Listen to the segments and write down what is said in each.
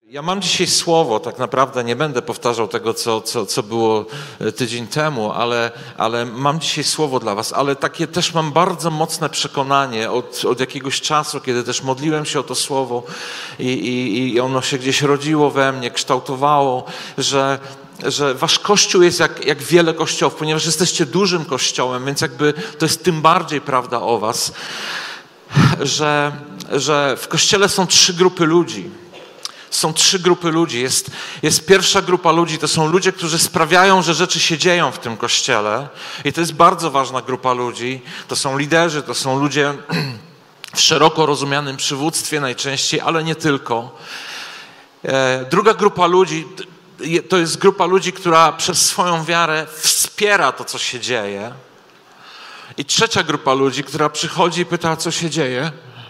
Ja mam dzisiaj słowo, tak naprawdę nie będę powtarzał tego, co było tydzień temu, ale mam dzisiaj słowo dla was, ale takie też mam bardzo mocne przekonanie od jakiegoś czasu, kiedy też modliłem się o to słowo i ono się gdzieś rodziło we mnie, kształtowało, że wasz Kościół jest jak wiele kościołów, ponieważ jesteście dużym kościołem, więc jakby to jest tym bardziej prawda o was, że w Kościele są 3 grupy ludzi. Są 3 grupy ludzi. Jest pierwsza grupa ludzi, to są ludzie, którzy sprawiają, że rzeczy się dzieją w tym Kościele. I to jest bardzo ważna grupa ludzi. To są liderzy, to są ludzie w szeroko rozumianym przywództwie najczęściej, ale nie tylko. Druga grupa ludzi to jest grupa ludzi, która przez swoją wiarę wspiera to, co się dzieje. I trzecia grupa ludzi, która przychodzi i pyta, co się dzieje.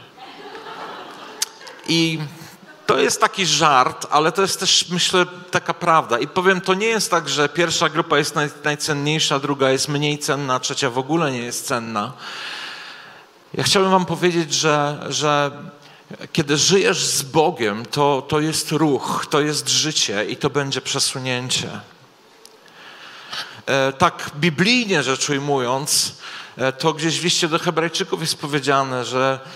I to jest taki żart, ale to jest też, myślę, taka prawda. I powiem, to nie jest tak, że pierwsza grupa jest najcenniejsza, druga jest mniej cenna, trzecia w ogóle nie jest cenna. Ja chciałbym wam powiedzieć, że kiedy żyjesz z Bogiem, to jest ruch, to jest życie i to będzie przesunięcie. Tak biblijnie rzecz ujmując, to gdzieś w liście do Hebrajczyków jest powiedziane,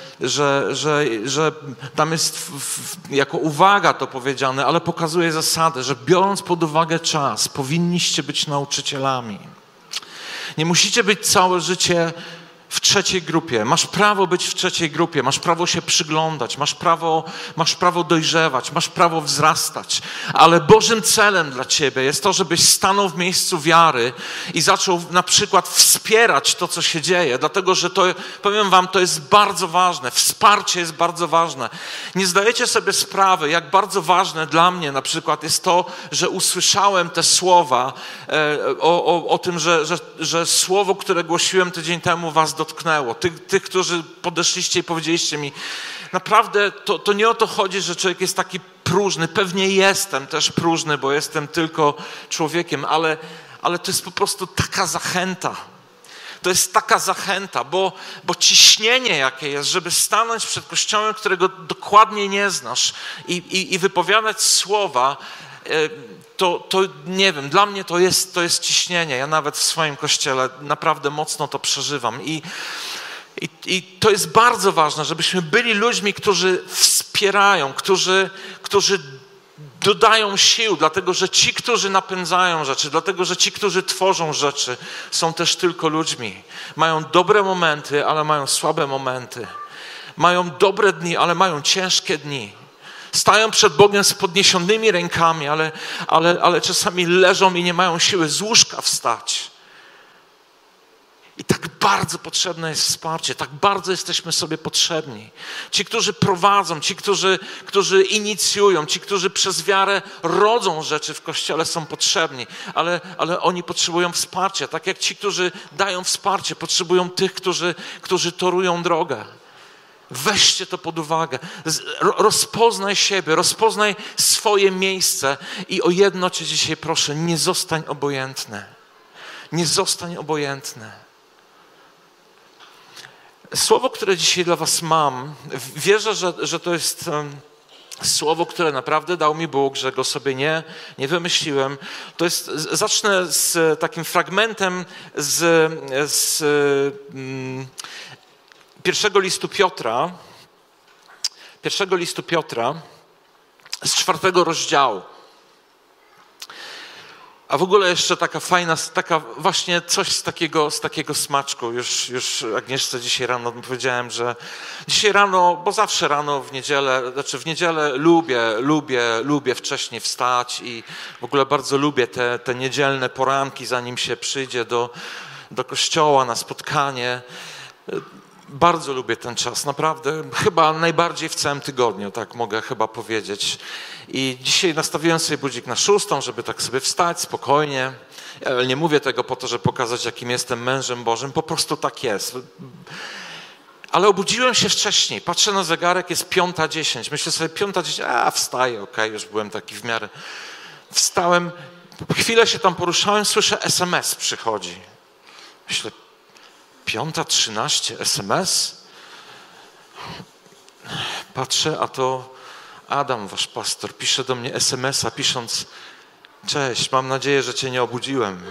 że tam jest jako uwaga to powiedziane, ale pokazuje zasadę, że biorąc pod uwagę czas, powinniście być nauczycielami. Nie musicie być całe życie w trzeciej grupie. Masz prawo być w trzeciej grupie, masz prawo się przyglądać, masz prawo dojrzewać, masz prawo wzrastać. Ale Bożym celem dla ciebie jest to, żebyś stanął w miejscu wiary i zaczął na przykład wspierać to, co się dzieje. Dlatego, że to, powiem wam, to jest bardzo ważne. Wsparcie jest bardzo ważne. Nie zdajecie sobie sprawy, jak bardzo ważne dla mnie na przykład jest to, że usłyszałem te słowa o tym, że słowo, które głosiłem tydzień temu was dotknęło. Tych, którzy podeszliście i powiedzieliście mi, naprawdę to nie o to chodzi, że człowiek jest taki próżny. Pewnie jestem też próżny, bo jestem tylko człowiekiem, ale to jest po prostu taka zachęta. To jest taka zachęta, bo ciśnienie jakie jest, żeby stanąć przed Kościołem, którego dokładnie nie znasz i wypowiadać słowa, to nie wiem, dla mnie to jest ciśnienie. Ja nawet w swoim Kościele naprawdę mocno to przeżywam. I to jest bardzo ważne, żebyśmy byli ludźmi, którzy wspierają, którzy dodają sił, dlatego że ci, którzy napędzają rzeczy, dlatego że ci, którzy tworzą rzeczy, są też tylko ludźmi. Mają dobre momenty, ale mają słabe momenty. Mają dobre dni, ale mają ciężkie dni. Stają przed Bogiem z podniesionymi rękami, ale czasami leżą i nie mają siły z łóżka wstać. I tak bardzo potrzebne jest wsparcie, tak bardzo jesteśmy sobie potrzebni. Ci, którzy prowadzą, ci, którzy inicjują, ci, którzy przez wiarę rodzą rzeczy w Kościele, są potrzebni, ale oni potrzebują wsparcia. Tak jak ci, którzy dają wsparcie, potrzebują tych, którzy torują drogę. Weźcie to pod uwagę. Rozpoznaj siebie, rozpoznaj swoje miejsce i o jedno cię dzisiaj proszę, nie zostań obojętny. Nie zostań obojętny. Słowo, które dzisiaj dla was mam, wierzę, że to jest słowo, które naprawdę dał mi Bóg, że go sobie nie wymyśliłem. To jest, zacznę z takim fragmentem z pierwszego listu Piotra z 4 rozdziału. A w ogóle jeszcze taka fajna, taka właśnie coś z takiego smaczku. Już Agnieszce dzisiaj rano powiedziałem, że dzisiaj rano, bo zawsze rano w niedzielę lubię wcześniej wstać i w ogóle bardzo lubię te niedzielne poranki, zanim się przyjdzie do kościoła na spotkanie. Bardzo lubię ten czas, naprawdę, chyba najbardziej w całym tygodniu, tak mogę chyba powiedzieć. I dzisiaj nastawiłem sobie budzik na 6, żeby tak sobie wstać spokojnie. Ja nie mówię tego po to, żeby pokazać, jakim jestem mężem Bożym, po prostu tak jest. Ale obudziłem się wcześniej, patrzę na zegarek, jest 5:10. Myślę sobie, 5:10, wstaję, okej, już byłem taki w miarę. Wstałem, chwilę się tam poruszałem, słyszę SMS przychodzi. Myślę, 5:13 SMS? Patrzę, Adam, wasz pastor, pisze do mnie SMS-a, pisząc: cześć, mam nadzieję, że cię nie obudziłem.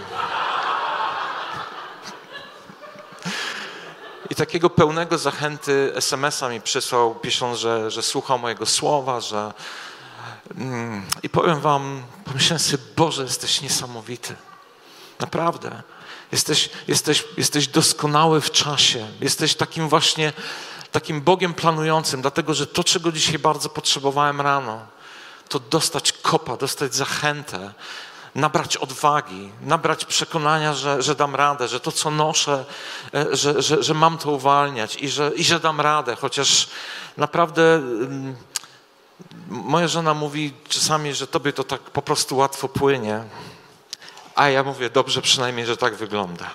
I takiego pełnego zachęty SMS-a mi przysłał, pisząc, że słuchał mojego słowa, że... I powiem wam, pomyślałem sobie: Boże, jesteś niesamowity. Naprawdę. Jesteś doskonały w czasie. Jesteś takim Bogiem planującym, dlatego że to, czego dzisiaj bardzo potrzebowałem rano, to dostać kopa, dostać zachętę, nabrać odwagi, nabrać przekonania, że dam radę, że to, co noszę, że mam to uwalniać i że dam radę, chociaż naprawdę moja żona mówi czasami, że tobie to tak po prostu łatwo płynie, a ja mówię: dobrze przynajmniej, że tak wygląda.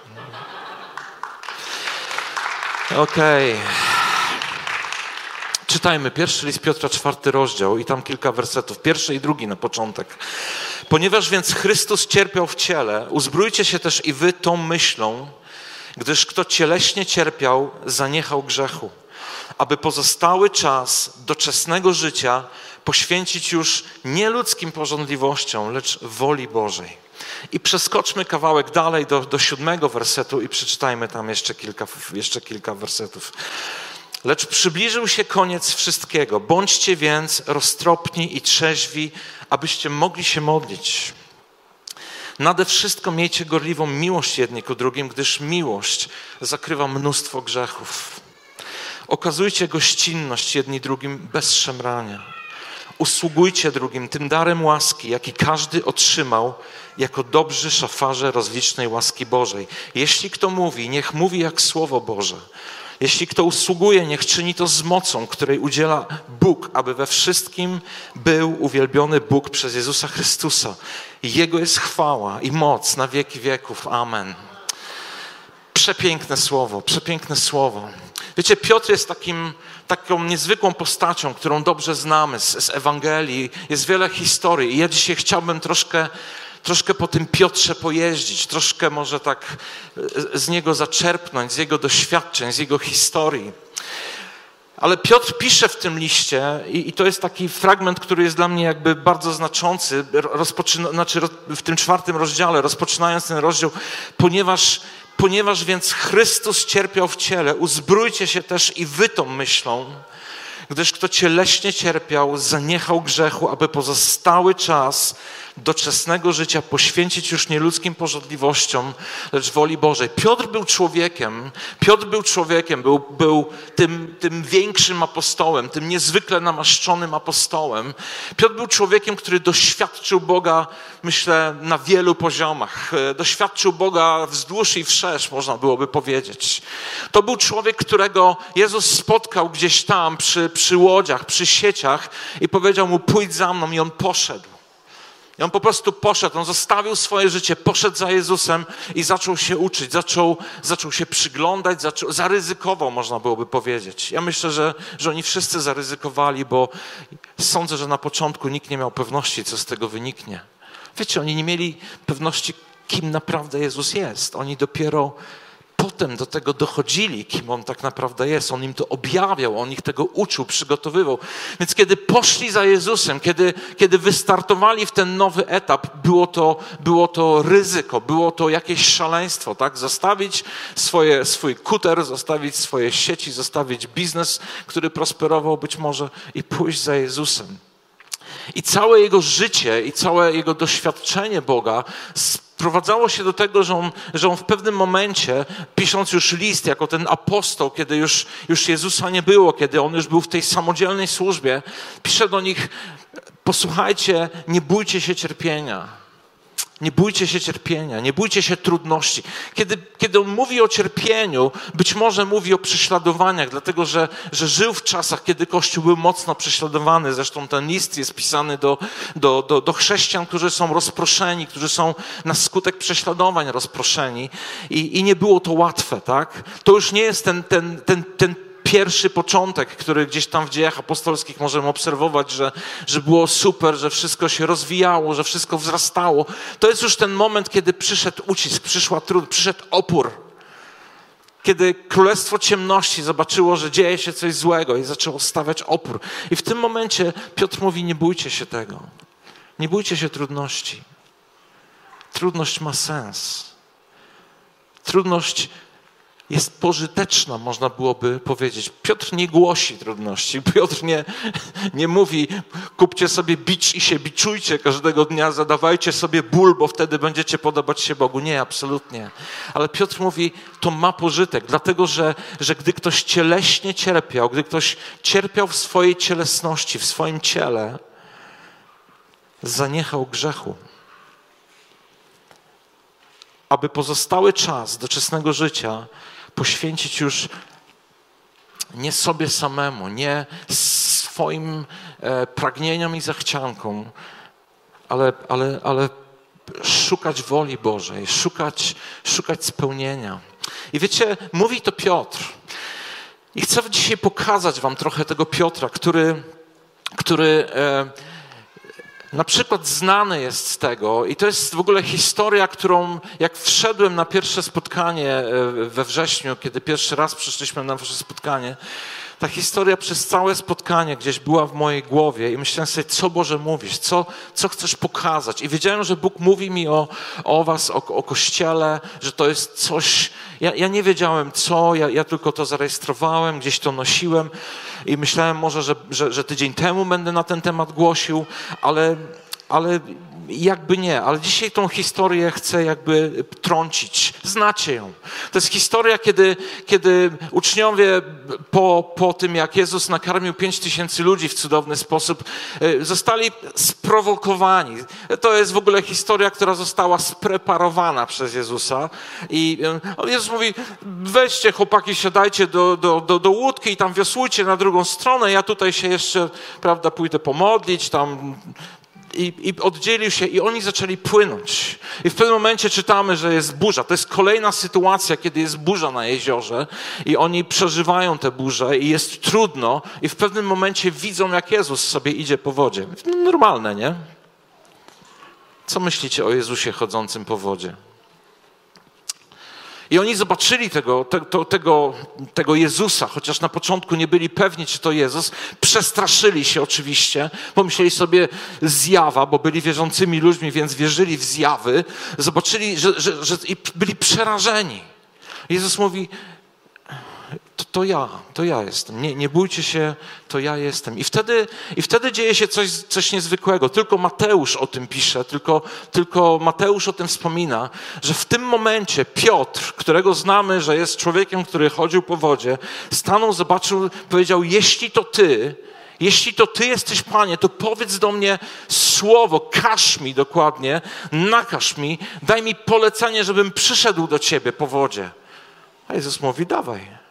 Okej. Czytajmy pierwszy list Piotra, 4 rozdział i tam kilka wersetów, 1 i 2 na początek. Ponieważ więc Chrystus cierpiał w ciele, uzbrójcie się też i wy tą myślą, gdyż kto cieleśnie cierpiał, zaniechał grzechu, aby pozostały czas doczesnego życia poświęcić już nie ludzkim pożądliwościom, lecz woli Bożej. I przeskoczmy kawałek dalej do 7 wersetu i przeczytajmy tam jeszcze kilka wersetów. Lecz przybliżył się koniec wszystkiego. Bądźcie więc roztropni i trzeźwi, abyście mogli się modlić. Nade wszystko miejcie gorliwą miłość jedni ku drugim, gdyż miłość zakrywa mnóstwo grzechów. Okazujcie gościnność jedni drugim bez szemrania. Usługujcie drugim tym darem łaski, jaki każdy otrzymał jako dobrzy szafarze rozlicznej łaski Bożej. Jeśli kto mówi, niech mówi jak Słowo Boże. Jeśli kto usługuje, niech czyni to z mocą, której udziela Bóg, aby we wszystkim był uwielbiony Bóg przez Jezusa Chrystusa. Jego jest chwała i moc na wieki wieków. Amen. Przepiękne słowo, przepiękne słowo. Wiecie, Piotr jest taką niezwykłą postacią, którą dobrze znamy z Ewangelii. Jest wiele historii i ja dzisiaj chciałbym troszkę po tym Piotrze pojeździć, troszkę może tak z niego zaczerpnąć, z jego doświadczeń, z jego historii. Ale Piotr pisze w tym liście i to jest taki fragment, który jest dla mnie jakby bardzo znaczący, w tym 4 rozdziale, rozpoczynając ten rozdział, ponieważ więc Chrystus cierpiał w ciele, uzbrójcie się też i wy tą myślą, gdyż kto cieleśnie cierpiał, zaniechał grzechu, aby pozostały czas doczesnego życia poświęcić już nie ludzkim pożądliwościom, lecz woli Bożej. Piotr był człowiekiem, był tym większym apostołem, tym niezwykle namaszczonym apostołem. Piotr był człowiekiem, który doświadczył Boga, myślę, na wielu poziomach. Doświadczył Boga wzdłuż i wszerz, można byłoby powiedzieć. To był człowiek, którego Jezus spotkał gdzieś tam przy łodziach, przy sieciach i powiedział mu: pójdź za mną, i on poszedł. I on po prostu poszedł, on zostawił swoje życie, poszedł za Jezusem i zaczął się uczyć, zaczął się przyglądać, zaryzykował, można byłoby powiedzieć. Ja myślę, że oni wszyscy zaryzykowali, bo sądzę, że na początku nikt nie miał pewności, co z tego wyniknie. Wiecie, oni nie mieli pewności, kim naprawdę Jezus jest. Oni dopiero potem do tego dochodzili, kim On tak naprawdę jest. On im to objawiał, On ich tego uczył, przygotowywał. Więc kiedy poszli za Jezusem, kiedy wystartowali w ten nowy etap, było to ryzyko, było to jakieś szaleństwo, tak? Zostawić swój kuter, zostawić swoje sieci, zostawić biznes, który prosperował być może, i pójść za Jezusem. I całe jego życie i całe jego doświadczenie Boga sprowadzało się do tego, że on w pewnym momencie, pisząc już list jako ten apostoł, kiedy już Jezusa nie było, kiedy on już był w tej samodzielnej służbie, pisze do nich: posłuchajcie, nie bójcie się cierpienia. Nie bójcie się cierpienia, nie bójcie się trudności. Kiedy on mówi o cierpieniu, być może mówi o prześladowaniach, dlatego że żył w czasach, kiedy Kościół był mocno prześladowany. Zresztą ten list jest pisany do chrześcijan, którzy są rozproszeni, którzy są na skutek prześladowań rozproszeni. I nie było to łatwe, tak? To już nie jest ten pierwszy początek, który gdzieś tam w dziejach apostolskich możemy obserwować, że było super, że wszystko się rozwijało, że wszystko wzrastało. To jest już ten moment, kiedy przyszedł ucisk, przyszedł opór. kiedy królestwo ciemności zobaczyło, że dzieje się coś złego i zaczęło stawiać opór. I w tym momencie Piotr mówi, nie bójcie się tego. Nie bójcie się trudności. Trudność ma sens. Trudność jest pożyteczna, można byłoby powiedzieć. Piotr nie głosi trudności. Piotr nie mówi, kupcie sobie bicz i się biczujcie każdego dnia, zadawajcie sobie ból, bo wtedy będziecie podobać się Bogu. Nie, absolutnie. Ale Piotr mówi, to ma pożytek, dlatego że gdy ktoś cieleśnie cierpiał, gdy ktoś cierpiał w swojej cielesności, w swoim ciele, zaniechał grzechu. Aby pozostały czas doczesnego życia poświęcić już nie sobie samemu, nie swoim pragnieniom i zachciankom, ale szukać woli Bożej, szukać spełnienia. I wiecie, mówi to Piotr. I chcę dzisiaj pokazać wam trochę tego Piotra, który na przykład znany jest z tego i to jest w ogóle historia, którą jak wszedłem na pierwsze spotkanie we wrześniu, kiedy pierwszy raz przyszliśmy na nasze spotkanie, ta historia przez całe spotkanie gdzieś była w mojej głowie i myślałem sobie, co Boże mówisz, co chcesz pokazać. I wiedziałem, że Bóg mówi mi o was, o Kościele, że to jest coś, ja nie wiedziałem co, ja tylko to zarejestrowałem, gdzieś to nosiłem i myślałem może, że tydzień temu będę na ten temat głosił, ale jakby nie, ale dzisiaj tą historię chcę jakby trącić. Znacie ją. To jest historia, kiedy uczniowie po tym, jak Jezus nakarmił 5000 ludzi w cudowny sposób, zostali sprowokowani. To jest w ogóle historia, która została spreparowana przez Jezusa. I Jezus mówi, weźcie chłopaki, siadajcie do łódki i tam wiosłujcie na drugą stronę. Ja tutaj się jeszcze, prawda, pójdę pomodlić, tam... I oddzielił się i oni zaczęli płynąć. I w pewnym momencie czytamy, że jest burza. To jest kolejna sytuacja, kiedy jest burza na jeziorze i oni przeżywają tę burzę i jest trudno i w pewnym momencie widzą, jak Jezus sobie idzie po wodzie. Normalne, nie? Co myślicie o Jezusie chodzącym po wodzie? I oni zobaczyli tego Jezusa, chociaż na początku nie byli pewni, czy to Jezus. Przestraszyli się oczywiście, pomyśleli sobie zjawa, bo byli wierzącymi ludźmi, więc wierzyli w zjawy. Zobaczyli, że i byli przerażeni. Jezus mówi, to ja jestem. Nie bójcie się, to ja jestem. I wtedy dzieje się coś niezwykłego. Tylko Mateusz o tym pisze, tylko Mateusz o tym wspomina, że w tym momencie Piotr, którego znamy, że jest człowiekiem, który chodził po wodzie, stanął, zobaczył, powiedział, jeśli to Ty jesteś, Panie, to powiedz do mnie słowo, każ mi dokładnie, nakaż mi, daj mi polecenie, żebym przyszedł do Ciebie po wodzie. A Jezus mówi, dawaj.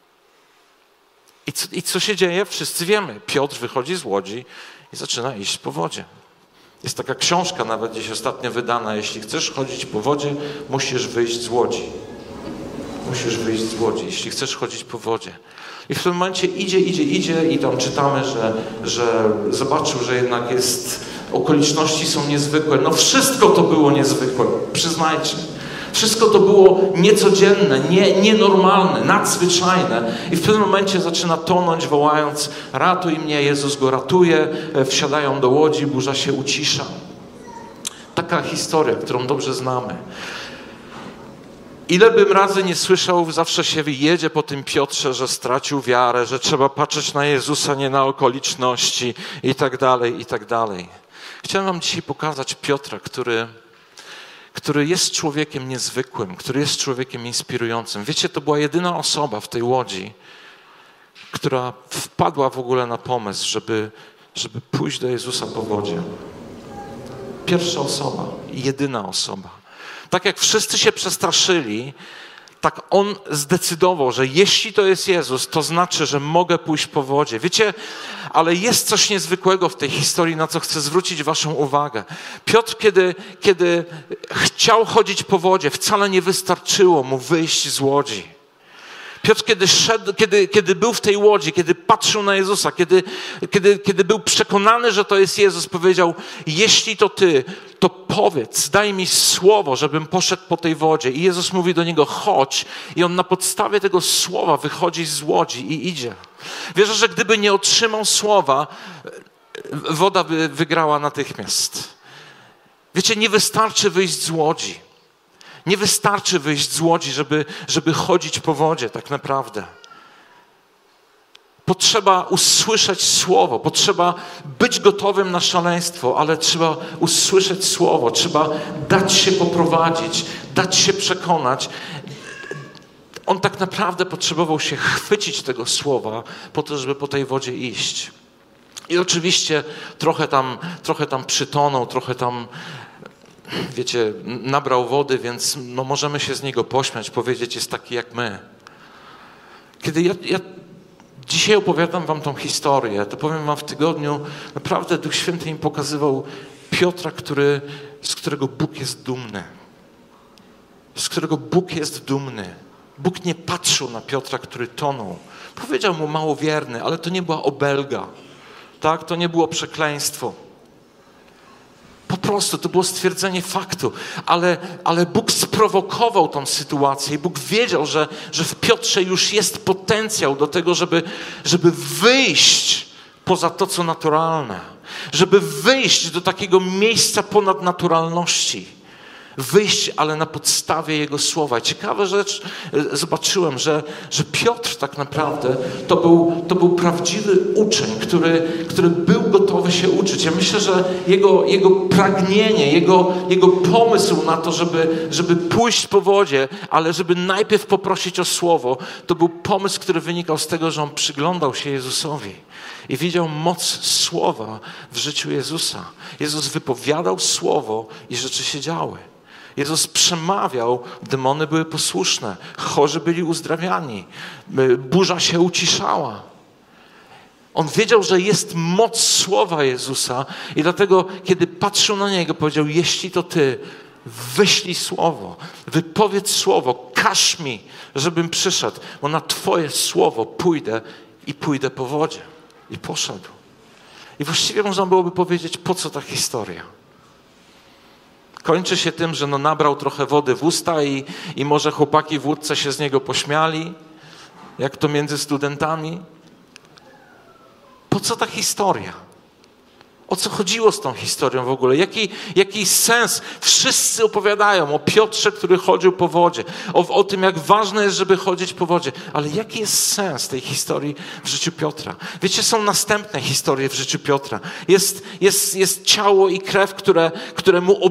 I co się dzieje? Wszyscy wiemy. Piotr wychodzi z łodzi i zaczyna iść po wodzie. Jest taka książka nawet gdzieś ostatnio wydana. Jeśli chcesz chodzić po wodzie, musisz wyjść z łodzi. Musisz wyjść z łodzi, jeśli chcesz chodzić po wodzie. I w tym momencie idzie i tam czytamy, że zobaczył, że jednak okoliczności są niezwykłe. No wszystko to było niezwykłe, przyznajcie. Wszystko to było niecodzienne, nienormalne, nadzwyczajne. I w pewnym momencie zaczyna tonąć, wołając, ratuj mnie, Jezus go ratuje, wsiadają do łodzi, burza się ucisza. Taka historia, którą dobrze znamy. Ile bym razy nie słyszał, zawsze się jedzie po tym Piotrze, że stracił wiarę, że trzeba patrzeć na Jezusa, nie na okoliczności i tak dalej, i tak dalej. Chciałem wam dzisiaj pokazać Piotra, który jest człowiekiem niezwykłym, który jest człowiekiem inspirującym. Wiecie, to była jedyna osoba w tej łodzi, która wpadła w ogóle na pomysł, żeby pójść do Jezusa po wodzie. Pierwsza osoba, jedyna osoba. Tak jak wszyscy się przestraszyli, tak on zdecydował, że jeśli to jest Jezus, to znaczy, że mogę pójść po wodzie. Wiecie, ale jest coś niezwykłego w tej historii, na co chcę zwrócić waszą uwagę. Piotr, kiedy chciał chodzić po wodzie, wcale nie wystarczyło mu wyjść z łodzi. Piotr, kiedy szedł, kiedy był w tej łodzi, kiedy patrzył na Jezusa, kiedy był przekonany, że to jest Jezus, powiedział: jeśli to Ty, to powiedz, daj mi słowo, żebym poszedł po tej wodzie. I Jezus mówi do niego: chodź. I on na podstawie tego słowa wychodzi z łodzi i idzie. Wierzę, że gdyby nie otrzymał słowa, woda by wygrała natychmiast. Wiecie, nie wystarczy wyjść z łodzi. Nie wystarczy wyjść z łodzi, żeby chodzić po wodzie tak naprawdę. Potrzeba usłyszeć słowo, potrzeba być gotowym na szaleństwo, ale trzeba usłyszeć słowo, trzeba dać się poprowadzić, dać się przekonać. On tak naprawdę potrzebował się chwycić tego słowa po to, żeby po tej wodzie iść. I oczywiście trochę tam przytonął, trochę tam, wiecie, nabrał wody, więc no możemy się z niego pośmiać, powiedzieć: jest taki jak my. Kiedy ja dzisiaj opowiadam wam tą historię, to powiem wam, w tygodniu naprawdę Duch Święty im pokazywał Piotra, z którego Bóg jest dumny. Z którego Bóg jest dumny. Bóg nie patrzył na Piotra, który tonął. Powiedział mu: małowierny, ale to nie była obelga. Tak? To nie było przekleństwo. Po prostu to było stwierdzenie faktu. Ale Bóg sprowokował tą sytuację i Bóg wiedział, że w Piotrze już jest potencjał do tego, żeby wyjść poza to, co naturalne. Żeby wyjść do takiego miejsca ponadnaturalności. Wyjść, ale na podstawie Jego słowa. I ciekawa rzecz, zobaczyłem, że Piotr tak naprawdę to był prawdziwy uczeń, który był gotowy się uczyć. Ja myślę, że jego pragnienie, jego pomysł na to, żeby pójść po wodzie, ale żeby najpierw poprosić o słowo, to był pomysł, który wynikał z tego, że on przyglądał się Jezusowi i widział moc słowa w życiu Jezusa. Jezus wypowiadał słowo i rzeczy się działy. Jezus przemawiał, demony były posłuszne, chorzy byli uzdrawiani, burza się uciszała. On wiedział, że jest moc słowa Jezusa i dlatego, kiedy patrzył na Niego, powiedział: jeśli to Ty, wyślij słowo, wypowiedz słowo, każ mi, żebym przyszedł, bo na Twoje słowo pójdę po wodzie. I poszedł. I właściwie można byłoby powiedzieć, po co ta historia? Kończy się tym, że nabrał trochę wody w usta i może chłopaki w łódce się z niego pośmiali, jak to między studentami. Po co ta historia? O co chodziło z tą historią w ogóle? Jaki sens? Wszyscy opowiadają o Piotrze, który chodził po wodzie, o tym, jak ważne jest, żeby chodzić po wodzie. Ale jaki jest sens tej historii w życiu Piotra? Wiecie, są następne historie w życiu Piotra. Jest ciało i krew, które mu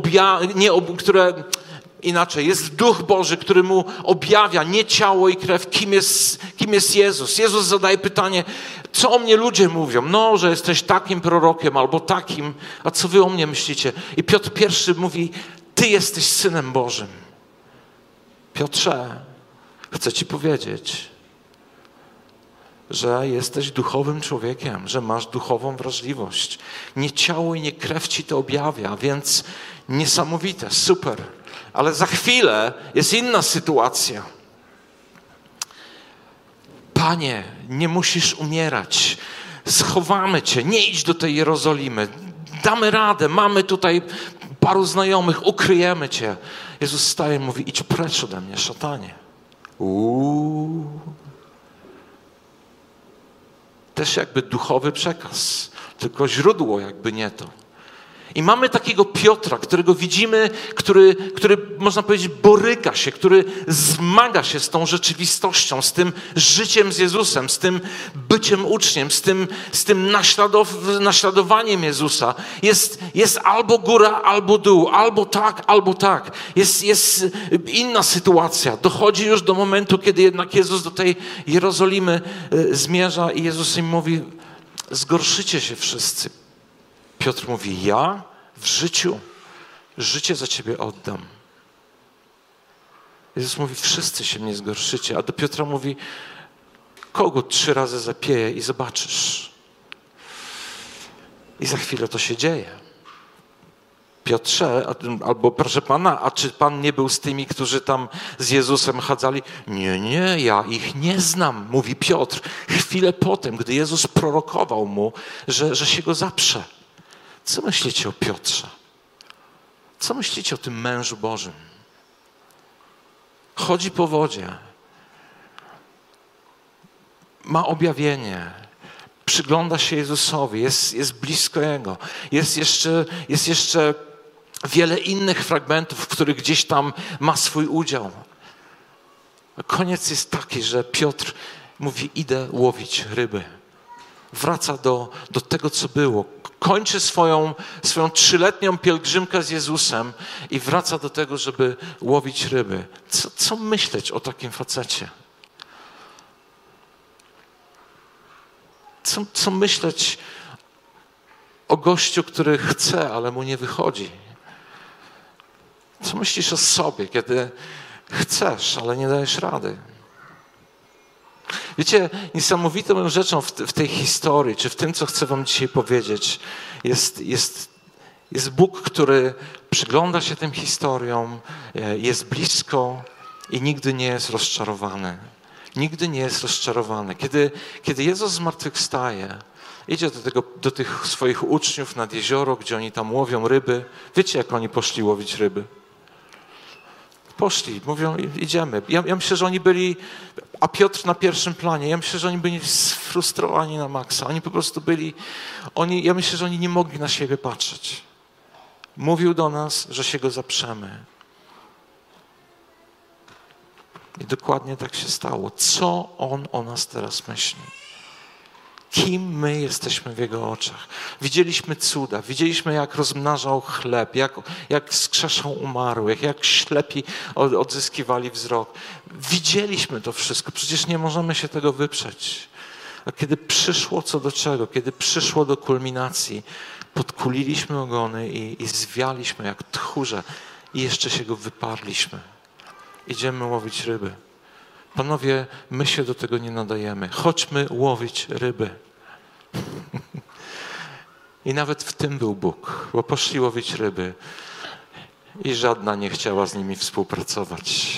inaczej, jest Duch Boży, który mu objawia, nie ciało i krew, kim jest Jezus. Jezus zadaje pytanie: co o mnie ludzie mówią? No, że jesteś takim prorokiem albo takim, a co wy o mnie myślicie? I Piotr pierwszy mówi: Ty jesteś Synem Bożym. Piotrze, chcę ci powiedzieć, że jesteś duchowym człowiekiem, że masz duchową wrażliwość. Nie ciało i nie krew ci to objawia, więc niesamowite, super. Ale za chwilę jest inna sytuacja. Panie, nie musisz umierać. Schowamy Cię, nie idź do tej Jerozolimy. Damy radę, mamy tutaj paru znajomych, ukryjemy Cię. Jezus staje i mówi: idź precz ode mnie, szatanie. Też jakby duchowy przekaz, tylko źródło jakby nie to. I mamy takiego Piotra, którego widzimy, który można powiedzieć boryka się, który zmaga się z tą rzeczywistością, z tym życiem z Jezusem, z tym byciem uczniem, z tym naśladowaniem Jezusa. Jest albo góra, albo dół, albo tak. Jest inna sytuacja. Dochodzi już do momentu, kiedy jednak Jezus do tej Jerozolimy zmierza i Jezus im mówi: zgorszycie się wszyscy. Piotr mówi: ja w życiu życie za Ciebie oddam. Jezus mówi: wszyscy się mnie zgorszycie. A do Piotra mówi: kogut 3 razy zapieje i zobaczysz. I za chwilę to się dzieje. Piotrze, albo proszę Pana, a czy Pan nie był z tymi, którzy tam z Jezusem chadzali? Nie, ja ich nie znam, mówi Piotr. Chwilę potem, gdy Jezus prorokował mu, że się go zaprze. Co myślicie o Piotrze? Co myślicie o tym mężu Bożym? Chodzi po wodzie. Ma objawienie. Przygląda się Jezusowi. Jest blisko Jego. Jest jeszcze wiele innych fragmentów, w których gdzieś tam ma swój udział. Koniec jest taki, że Piotr mówi, idę łowić ryby. Wraca do tego, co było. Kończy swoją 3-letnią pielgrzymkę z Jezusem i wraca do tego, żeby łowić ryby. Co myśleć o takim facecie? Co myśleć o gościu, który chce, ale mu nie wychodzi? Co myślisz o sobie, kiedy chcesz, ale nie dajesz rady? Wiecie, niesamowitą rzeczą w tej historii, czy w tym, co chcę wam dzisiaj powiedzieć, jest Bóg, który przygląda się tym historiom, jest blisko i nigdy nie jest rozczarowany. Nigdy nie jest rozczarowany. Kiedy Jezus zmartwychwstaje, idzie do tych swoich uczniów nad jezioro, gdzie oni tam łowią ryby. Wiecie, jak oni poszli łowić ryby? Poszli, mówią, idziemy. Ja myślę, że oni byli, a Piotr na pierwszym planie, ja myślę, że oni byli sfrustrowani na maksa. Oni po prostu byli, ja myślę, że oni nie mogli na siebie patrzeć. Mówił do nas, że się go zaprzemy. I dokładnie tak się stało. Co on o nas teraz myśli? Kim my jesteśmy w Jego oczach? Widzieliśmy cuda, widzieliśmy, jak rozmnażał chleb, jak skrzeszał umarłych, jak ślepi odzyskiwali wzrok. Widzieliśmy to wszystko, przecież nie możemy się tego wyprzeć. A kiedy przyszło co do czego, kiedy przyszło do kulminacji, podkuliliśmy ogony i zwialiśmy jak tchórze i jeszcze się go wyparliśmy. Idziemy łowić ryby. Panowie, my się do tego nie nadajemy. Chodźmy łowić ryby. I nawet w tym był Bóg, bo poszli łowić ryby i żadna nie chciała z nimi współpracować.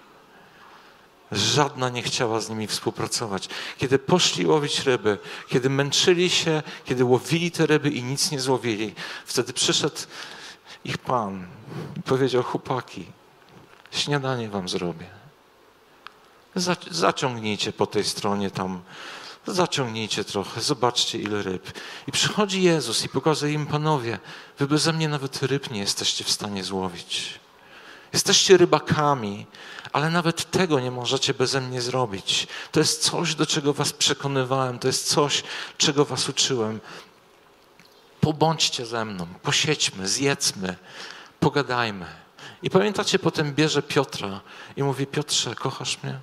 Żadna nie chciała z nimi współpracować. Kiedy poszli łowić ryby, kiedy męczyli się, kiedy łowili te ryby i nic nie złowili, wtedy przyszedł ich Pan i powiedział, chłopaki, śniadanie wam zrobię. Zaciągnijcie po tej stronie tam, zaciągnijcie trochę, zobaczcie ile ryb. I przychodzi Jezus i pokazuje im, panowie, wy beze mnie nawet ryb nie jesteście w stanie złowić. Jesteście rybakami, ale nawet tego nie możecie beze mnie zrobić. To jest coś, do czego was przekonywałem, to jest coś, czego was uczyłem. Pobądźcie ze mną, posiedźmy, zjedzmy, pogadajmy. I pamiętacie, potem bierze Piotra i mówi, Piotrze, kochasz mnie?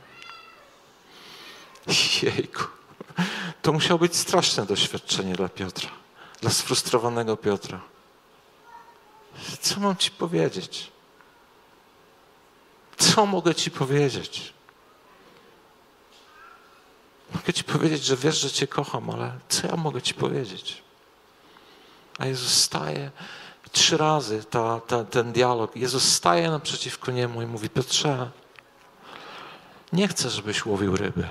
Jejku, to musiało być straszne doświadczenie dla Piotra, dla sfrustrowanego Piotra. Co mam ci powiedzieć? Co mogę ci powiedzieć? Mogę ci powiedzieć, że wiesz, że cię kocham, ale co ja mogę ci powiedzieć? A Jezus staje 3 razy ten dialog. Jezus staje naprzeciwko niemu i mówi, Piotrze, nie chcę, żebyś łowił ryby.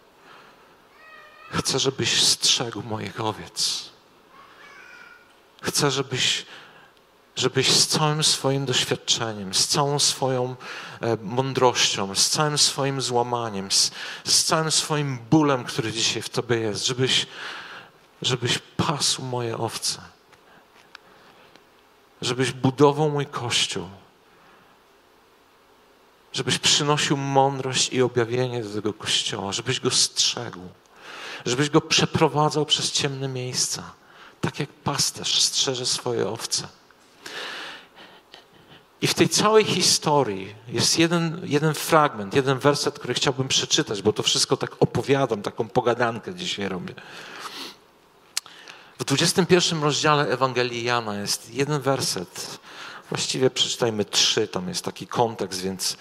Chcę, żebyś strzegł moich owiec. Chcę, żebyś z całym swoim doświadczeniem, z całą swoją mądrością, z całym swoim złamaniem, z całym swoim bólem, który dzisiaj w tobie jest, żebyś pasł moje owce. Żebyś budował mój Kościół. Żebyś przynosił mądrość i objawienie do tego Kościoła. Żebyś go strzegł. Żebyś go przeprowadzał przez ciemne miejsca. Tak jak pasterz strzeże swoje owce. I w tej całej historii jest jeden fragment, jeden werset, który chciałbym przeczytać, bo to wszystko tak opowiadam, taką pogadankę dzisiaj robię. W 21 rozdziale Ewangelii Jana jest jeden werset. Właściwie przeczytajmy 3, tam jest taki kontekst, więc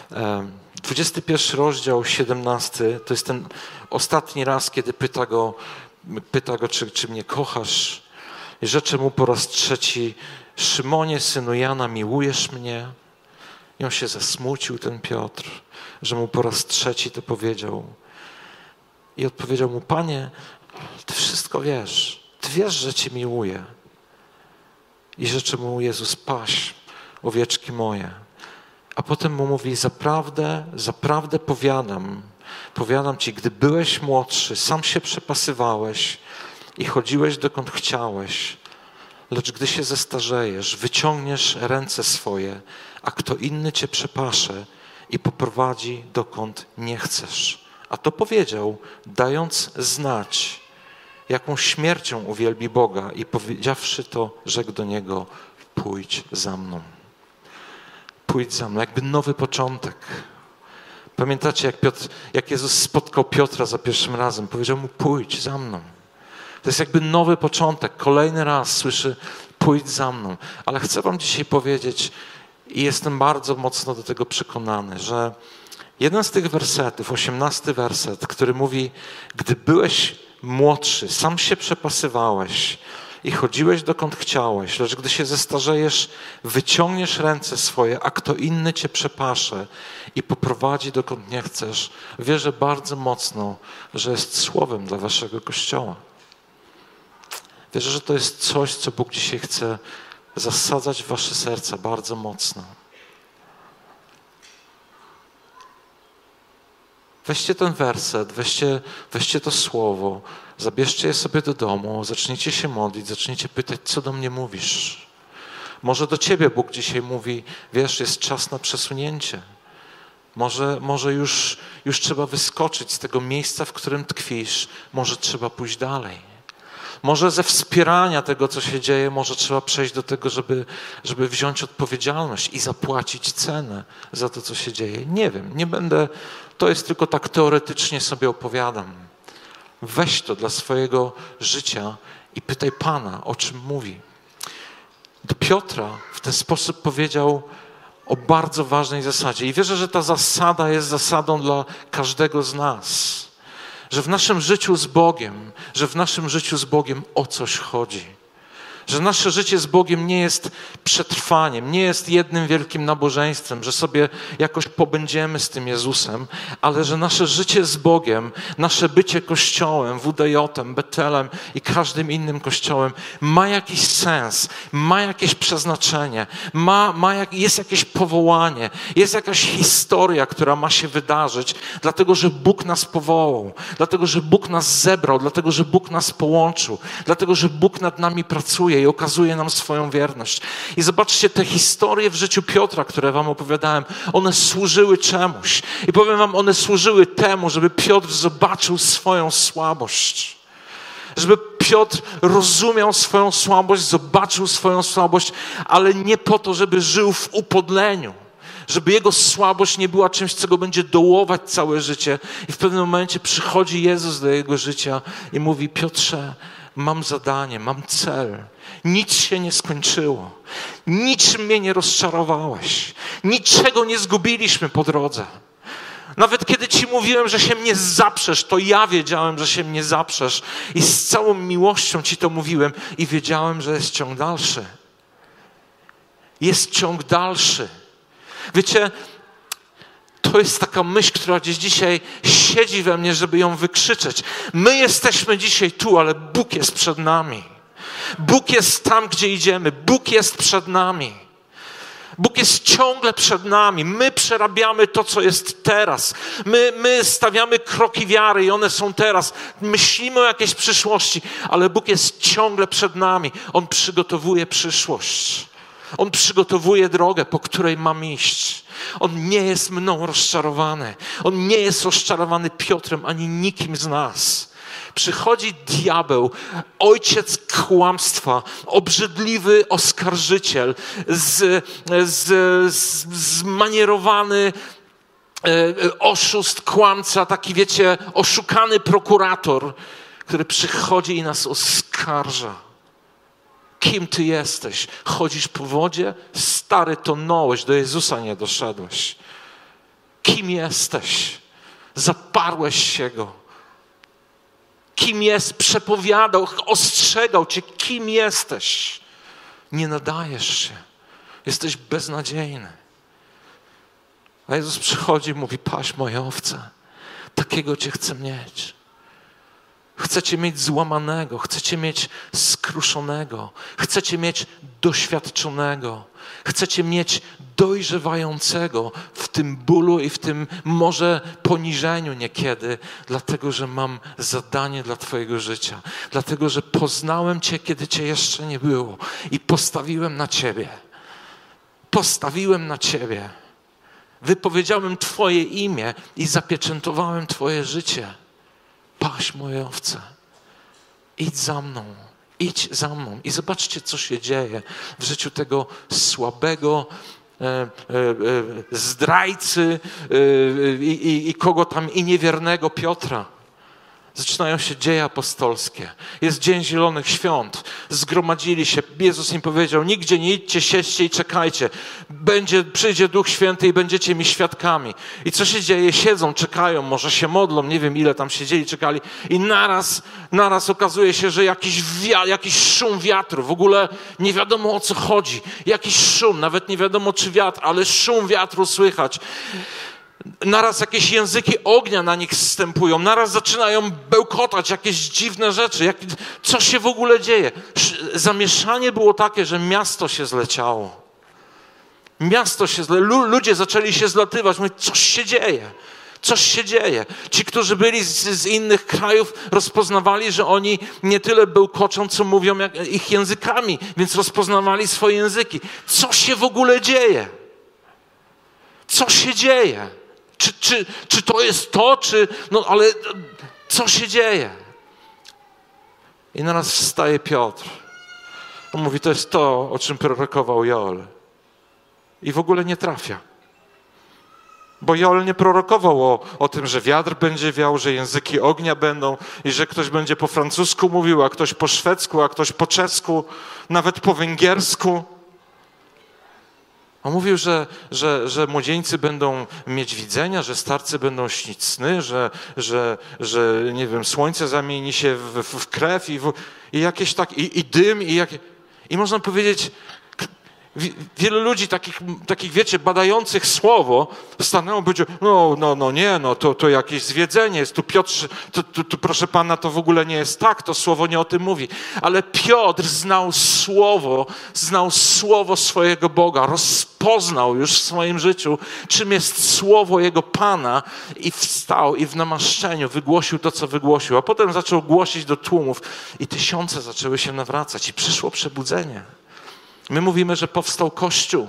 21 rozdział, 17, to jest ten ostatni raz, kiedy pyta go czy mnie kochasz. I rzecze mu po raz 3, Szymonie, synu Jana, miłujesz mnie? I on się zasmucił, ten Piotr, że mu po raz trzeci to powiedział. I odpowiedział mu: Panie, Ty wszystko wiesz. Ty wiesz, że Cię miłuję. I rzeczy mu Jezus: paś owieczki moje. A potem mu mówi: zaprawdę powiadam Ci, gdy byłeś młodszy, sam się przepasywałeś i chodziłeś dokąd chciałeś, lecz gdy się zestarzejesz, wyciągniesz ręce swoje, a kto inny Cię przepasze i poprowadzi dokąd nie chcesz. A to powiedział, dając znać, jaką śmiercią uwielbi Boga, i powiedziawszy to, rzekł do niego: pójdź za mną. Pójdź za mną, jakby nowy początek. Pamiętacie, jak Jezus spotkał Piotra za pierwszym razem? Powiedział mu: pójdź za mną. To jest jakby nowy początek. Kolejny raz słyszy: pójdź za mną. Ale chcę wam dzisiaj powiedzieć, i jestem bardzo mocno do tego przekonany, że jeden z tych wersetów, 18 werset, który mówi: gdy byłeś młodszy, sam się przepasywałeś i chodziłeś dokąd chciałeś, lecz gdy się zestarzejesz, wyciągniesz ręce swoje, a kto inny Cię przepasze i poprowadzi dokąd nie chcesz. Wierzę bardzo mocno, że jest słowem dla waszego Kościoła. Wierzę, że to jest coś, co Bóg dzisiaj chce zasadzać w wasze serca bardzo mocno. Weźcie ten werset, weźcie to słowo, zabierzcie je sobie do domu, zacznijcie się modlić, zacznijcie pytać, co do mnie mówisz. Może do ciebie Bóg dzisiaj mówi: wiesz, jest czas na przesunięcie. Może już trzeba wyskoczyć z tego miejsca, w którym tkwisz. Może trzeba pójść dalej. Może ze wspierania tego, co się dzieje, może trzeba przejść do tego, żeby wziąć odpowiedzialność i zapłacić cenę za to, co się dzieje. Nie wiem, nie będę, to jest tylko tak teoretycznie sobie opowiadam. Weź to dla swojego życia i pytaj Pana, o czym mówi. Do Piotra w ten sposób powiedział o bardzo ważnej zasadzie. I wierzę, że ta zasada jest zasadą dla każdego z nas. Że w naszym życiu z Bogiem o coś chodzi. Że nasze życie z Bogiem nie jest przetrwaniem, nie jest jednym wielkim nabożeństwem, że sobie jakoś pobędziemy z tym Jezusem, ale że nasze życie z Bogiem, nasze bycie Kościołem, WDJ-em, Betelem i każdym innym Kościołem ma jakiś sens, ma jakieś przeznaczenie, jest jakieś powołanie, jest jakaś historia, która ma się wydarzyć, dlatego że Bóg nas powołał, dlatego że Bóg nas zebrał, dlatego że Bóg nas połączył, dlatego że Bóg nad nami pracuje i okazuje nam swoją wierność. I zobaczcie, te historie w życiu Piotra, które wam opowiadałem, one służyły czemuś. I powiem wam, one służyły temu, żeby Piotr zobaczył swoją słabość. Żeby Piotr rozumiał swoją słabość, zobaczył swoją słabość, ale nie po to, żeby żył w upodleniu. Żeby jego słabość nie była czymś, co go będzie dołować całe życie. I w pewnym momencie przychodzi Jezus do jego życia i mówi: Piotrze, mam zadanie, mam cel. Nic się nie skończyło. Niczym mnie nie rozczarowałeś. Niczego nie zgubiliśmy po drodze. Nawet kiedy ci mówiłem, że się mnie zaprzesz, to ja wiedziałem, że się mnie zaprzesz. I z całą miłością ci to mówiłem i wiedziałem, że jest ciąg dalszy. Jest ciąg dalszy. Wiecie, to jest taka myśl, która gdzieś dzisiaj siedzi we mnie, żeby ją wykrzyczeć. My jesteśmy dzisiaj tu, ale Bóg jest przed nami. Bóg jest tam, gdzie idziemy. Bóg jest przed nami. Bóg jest ciągle przed nami. My przerabiamy to, co jest teraz. My stawiamy kroki wiary i one są teraz. Myślimy o jakiejś przyszłości, ale Bóg jest ciągle przed nami. On przygotowuje przyszłość. On przygotowuje drogę, po której mam iść. On nie jest mną rozczarowany. On nie jest rozczarowany Piotrem ani nikim z nas. Przychodzi diabeł, ojciec kłamstwa, obrzydliwy oskarżyciel, zmanierowany oszust, kłamca, taki wiecie, oszukany prokurator, który przychodzi i nas oskarża. Kim ty jesteś? Chodzisz po wodzie? Stary, tonąłeś, do Jezusa nie doszedłeś. Kim jesteś? Zaparłeś się Go. Kim jest? Przepowiadał, ostrzegał cię, kim jesteś. Nie nadajesz się. Jesteś beznadziejny. A Jezus przychodzi i mówi, paś moje owce. Takiego Cię chcę mieć. Chcecie mieć złamanego, chcecie mieć skruszonego, chcecie mieć doświadczonego, chcecie mieć dojrzewającego w tym bólu i w tym może poniżeniu niekiedy, dlatego że mam zadanie dla Twojego życia, dlatego że poznałem Cię, kiedy Cię jeszcze nie było i postawiłem na Ciebie. Postawiłem na Ciebie. Wypowiedziałem Twoje imię i zapieczętowałem Twoje życie. Paś moje owce. Idź za mną. Idź za mną. I zobaczcie, co się dzieje w życiu tego słabego zdrajcy i kogo tam, i niewiernego Piotra. Zaczynają się dzieje apostolskie. Jest Dzień Zielonych Świąt. Zgromadzili się. Jezus im powiedział, nigdzie nie idźcie, siedźcie i czekajcie. Przyjdzie Duch Święty i będziecie mi świadkami. I co się dzieje? Siedzą, czekają, może się modlą, nie wiem ile tam siedzieli, czekali. I naraz okazuje się, że jakiś szum wiatru. W ogóle nie wiadomo, o co chodzi. Jakiś szum, nawet nie wiadomo, czy wiatr, ale szum wiatru słychać. Naraz jakieś języki ognia na nich zstępują, naraz zaczynają bełkotać jakieś dziwne rzeczy. Co się w ogóle dzieje? Zamieszanie było takie, że miasto się zleciało. Ludzie zaczęli się zlatywać. Mówią, coś się dzieje. Coś się dzieje. Ci, którzy byli z innych krajów, rozpoznawali, że oni nie tyle bełkoczą, co mówią ich językami, więc rozpoznawali swoje języki. Co się w ogóle dzieje? Co się dzieje? Czy to jest to, ale co się dzieje? I naraz wstaje Piotr. On mówi, to jest to, o czym prorokował Joel. I w ogóle nie trafia. Bo Joel nie prorokował o tym, że wiatr będzie wiał, że języki ognia będą i że ktoś będzie po francusku mówił, a ktoś po szwedzku, a ktoś po czesku, nawet po węgiersku. On mówił, że młodzieńcy będą mieć widzenia, że starcy będą śnić sny, że nie wiem, słońce zamieni się w krew i jakieś tak, i dym, i można powiedzieć, wielu ludzi takich wiecie, badających słowo stanęło powiedzieć, to jakieś zwiedzenie jest. Tu Piotr, tu proszę Pana, to w ogóle nie jest tak, to słowo nie o tym mówi. Ale Piotr znał słowo swojego Boga, rozpoznał już w swoim życiu, czym jest słowo Jego Pana i wstał i w namaszczeniu wygłosił to, co wygłosił. A potem zaczął głosić do tłumów i tysiące zaczęły się nawracać i przyszło przebudzenie. My mówimy, że powstał Kościół.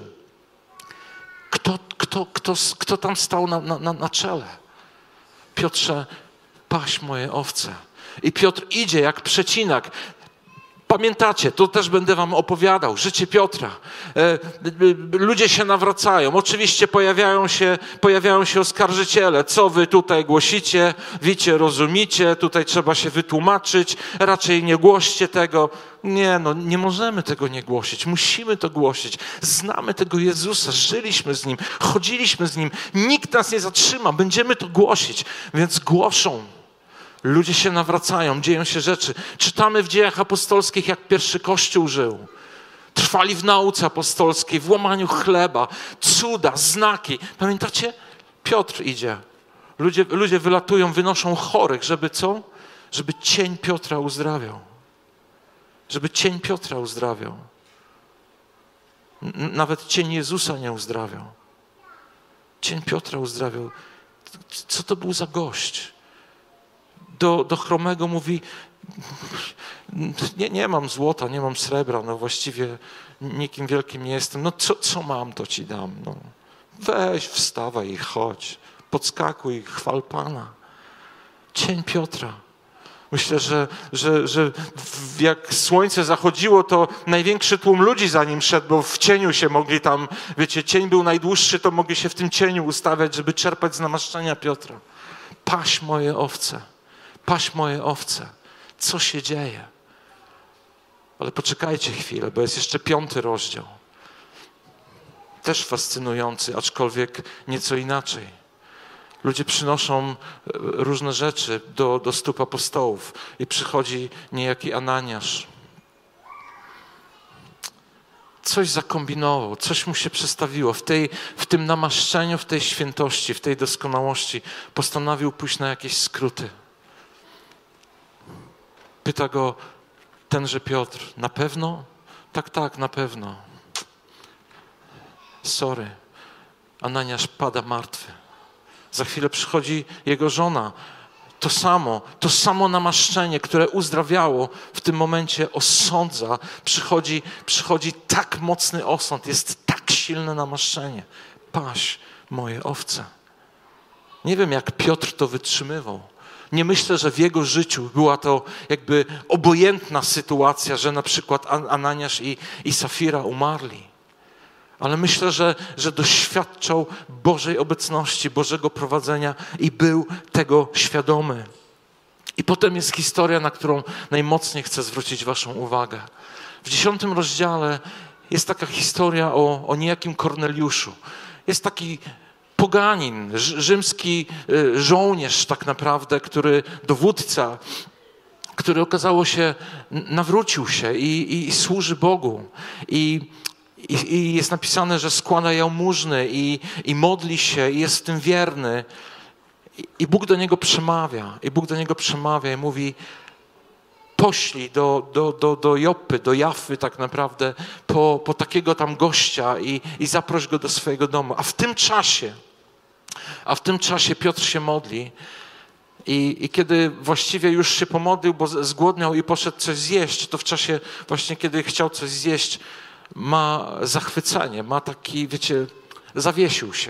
Kto tam stał na czele? Piotrze, paś moje owce. I Piotr idzie jak przecinak. Pamiętacie, to też będę wam opowiadał, życie Piotra. Ludzie się nawracają. Oczywiście pojawiają się oskarżyciele. Co wy tutaj głosicie? Wiecie, rozumicie? Tutaj trzeba się wytłumaczyć. Raczej nie głoście tego. Nie możemy tego nie głosić. Musimy to głosić. Znamy tego Jezusa, żyliśmy z Nim, chodziliśmy z Nim. Nikt nas nie zatrzyma. Będziemy to głosić. Więc głoszą. Ludzie się nawracają, dzieją się rzeczy. Czytamy w Dziejach Apostolskich, jak pierwszy Kościół żył. Trwali w nauce apostolskiej, w łamaniu chleba, cuda, znaki. Pamiętacie? Piotr idzie. Ludzie wylatują, wynoszą chorych, żeby co? Żeby cień Piotra uzdrawiał. Żeby cień Piotra uzdrawiał. Nawet cień Jezusa nie uzdrawiał. Cień Piotra uzdrawiał. Co to był za gość? Do chromego mówi, nie mam złota, nie mam srebra, właściwie nikim wielkim nie jestem. Co mam, to ci dam. Weź, wstawaj i chodź. Podskakuj, chwal Pana. Cień Piotra. Myślę, że jak słońce zachodziło, to największy tłum ludzi za nim szedł, bo w cieniu się mogli tam, wiecie, cień był najdłuższy, to mogli się w tym cieniu ustawiać, żeby czerpać z namaszczenia Piotra. Paś moje owce. Paś moje owce. Co się dzieje? Ale poczekajcie chwilę, bo jest jeszcze 5 rozdział. Też fascynujący, aczkolwiek nieco inaczej. Ludzie przynoszą różne rzeczy do stóp apostołów i przychodzi niejaki Ananiasz. coś zakombinował, coś mu się przestawiło. W tym namaszczeniu, w tej świętości, w tej doskonałości postanowił pójść na jakieś skróty. Pyta go tenże Piotr, na pewno? Tak, na pewno. Sorry. Ananiasz pada martwy. Za chwilę przychodzi jego żona. To samo namaszczenie, które uzdrawiało, w tym momencie osądza. Przychodzi tak mocny osąd, jest tak silne namaszczenie. Paś moje owce. Nie wiem, jak Piotr to wytrzymywał. Nie myślę, że w jego życiu była to jakby obojętna sytuacja, że na przykład Ananiasz i Safira umarli. Ale myślę, że doświadczał Bożej obecności, Bożego prowadzenia i był tego świadomy. I potem jest historia, na którą najmocniej chcę zwrócić waszą uwagę. W 10 rozdziale jest taka historia o niejakim Korneliuszu. Jest taki poganin, rzymski żołnierz tak naprawdę, dowódca, który okazało się, nawrócił się i służy Bogu. I jest napisane, że składa jałmużny i modli się i jest w tym wierny. I Bóg do niego przemawia i mówi, poślij do Joppy, do Jaffy tak naprawdę po takiego tam gościa i zaproś go do swojego domu. A w tym czasie Piotr się modli i kiedy właściwie już się pomodlił, bo zgłodniał i poszedł coś zjeść, to w czasie właśnie, kiedy chciał coś zjeść, ma zachwycenie, ma taki, wiecie, zawiesił się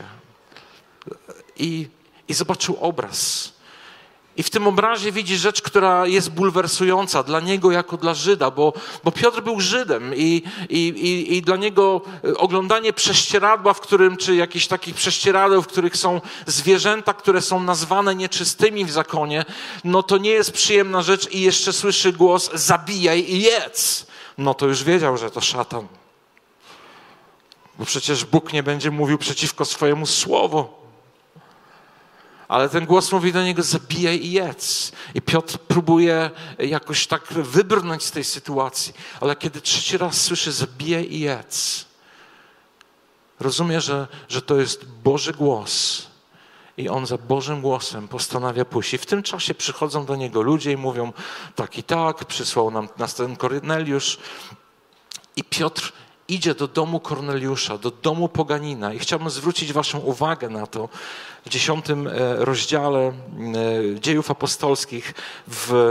i zobaczył obraz. I w tym obrazie widzi rzecz, która jest bulwersująca dla niego jako dla Żyda, bo Piotr był Żydem i dla niego oglądanie prześcieradła, czy jakichś takich prześcieradeł, w których są zwierzęta, które są nazwane nieczystymi w zakonie, no to nie jest przyjemna rzecz i jeszcze słyszy głos zabijaj i jedz. No to już wiedział, że to szatan. Bo przecież Bóg nie będzie mówił przeciwko swojemu słowu. Ale ten głos mówi do niego, zabijaj i jedz. I Piotr próbuje jakoś tak wybrnąć z tej sytuacji. Ale kiedy 3 raz słyszy, zabijaj i jedz, rozumie, że to jest Boży głos. I on za Bożym głosem postanawia pójść. I w tym czasie przychodzą do niego ludzie i mówią, tak i tak, przysłał nas ten Korneliusz. I Piotr idzie do domu Korneliusza, do domu poganina. I chciałbym zwrócić waszą uwagę na to. W 10 rozdziale Dziejów Apostolskich w